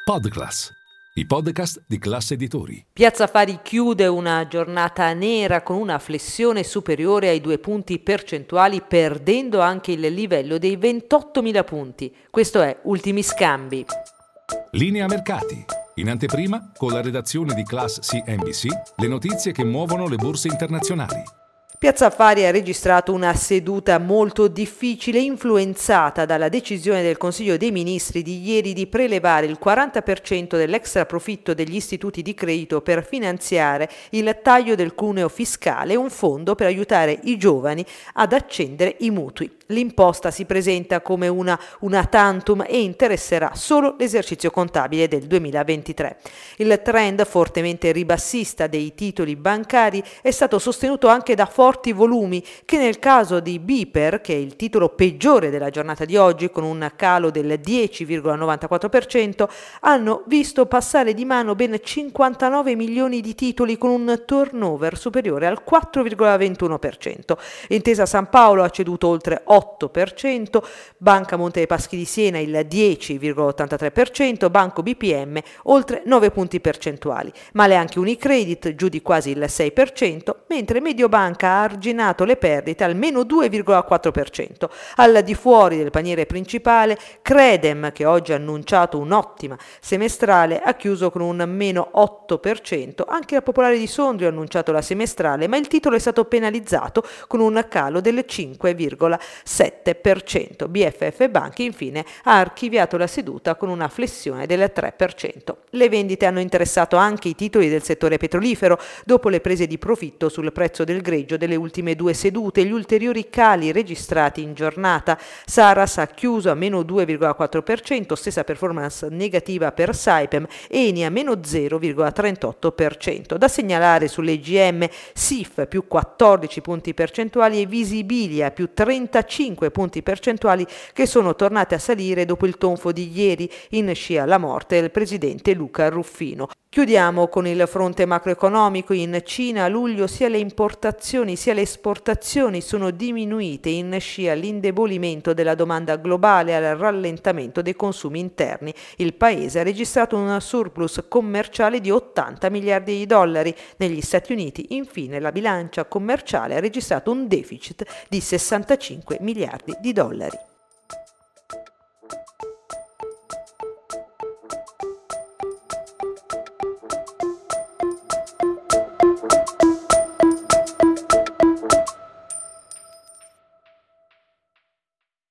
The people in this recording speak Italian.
Podclass, i podcast di Class Editori. Piazza Affari chiude una giornata nera con una flessione superiore ai 2 punti percentuali, perdendo anche il livello dei 28.000 punti. Questo è Ultimi Scambi. Linea mercati. In anteprima, con la redazione di Class CNBC, le notizie che muovono le borse internazionali. Piazza Affari ha registrato una seduta molto difficile, influenzata dalla decisione del Consiglio dei Ministri di ieri di prelevare il 40% dell'extra profitto degli istituti di credito per finanziare il taglio del cuneo fiscale e un fondo per aiutare i giovani ad accendere i mutui. L'imposta si presenta come una tantum e interesserà solo l'esercizio contabile del 2023. Il trend fortemente ribassista dei titoli bancari è stato sostenuto anche da forti volumi che nel caso di BPER, che è il titolo peggiore della giornata di oggi con un calo del 10,94%, hanno visto passare di mano ben 59 milioni di titoli con un turnover superiore al 4,21%. Intesa San Paolo ha ceduto oltre 8%, Banca Monte dei Paschi di Siena il 10,83%, Banco BPM oltre 9 punti percentuali. Male anche Unicredit, giù di quasi il 6%, mentre Mediobanca ha arginato le perdite al meno 2,4%. Al di fuori del paniere principale, Credem, che oggi ha annunciato un'ottima semestrale, ha chiuso con un meno 8%. Anche la Popolare di Sondrio ha annunciato la semestrale, ma il titolo è stato penalizzato con un calo del 5,7%. BFF Banca infine ha archiviato la seduta con una flessione del 3%. Le vendite hanno interessato anche i titoli del settore petrolifero dopo le prese di profitto sul prezzo del greggio delle ultime 2 sedute e gli ulteriori cali registrati in giornata. Saras ha chiuso a meno 2,4%, stessa performance negativa per Saipem, Eni a meno 0,38%. Da segnalare sull'EGM SIF più 14 punti percentuali e Visibilia più 35 punti percentuali, che sono tornate a salire dopo il tonfo di ieri in scia alla morte del presidente Luca Ruffino. Chiudiamo con il fronte macroeconomico. In Cina a luglio sia le importazioni sia le esportazioni sono diminuite in scia all'indebolimento della domanda globale e al rallentamento dei consumi interni. Il paese ha registrato un surplus commerciale di 80 miliardi di dollari. Negli Stati Uniti, infine, la bilancia commerciale ha registrato un deficit di 65 miliardi di dollari.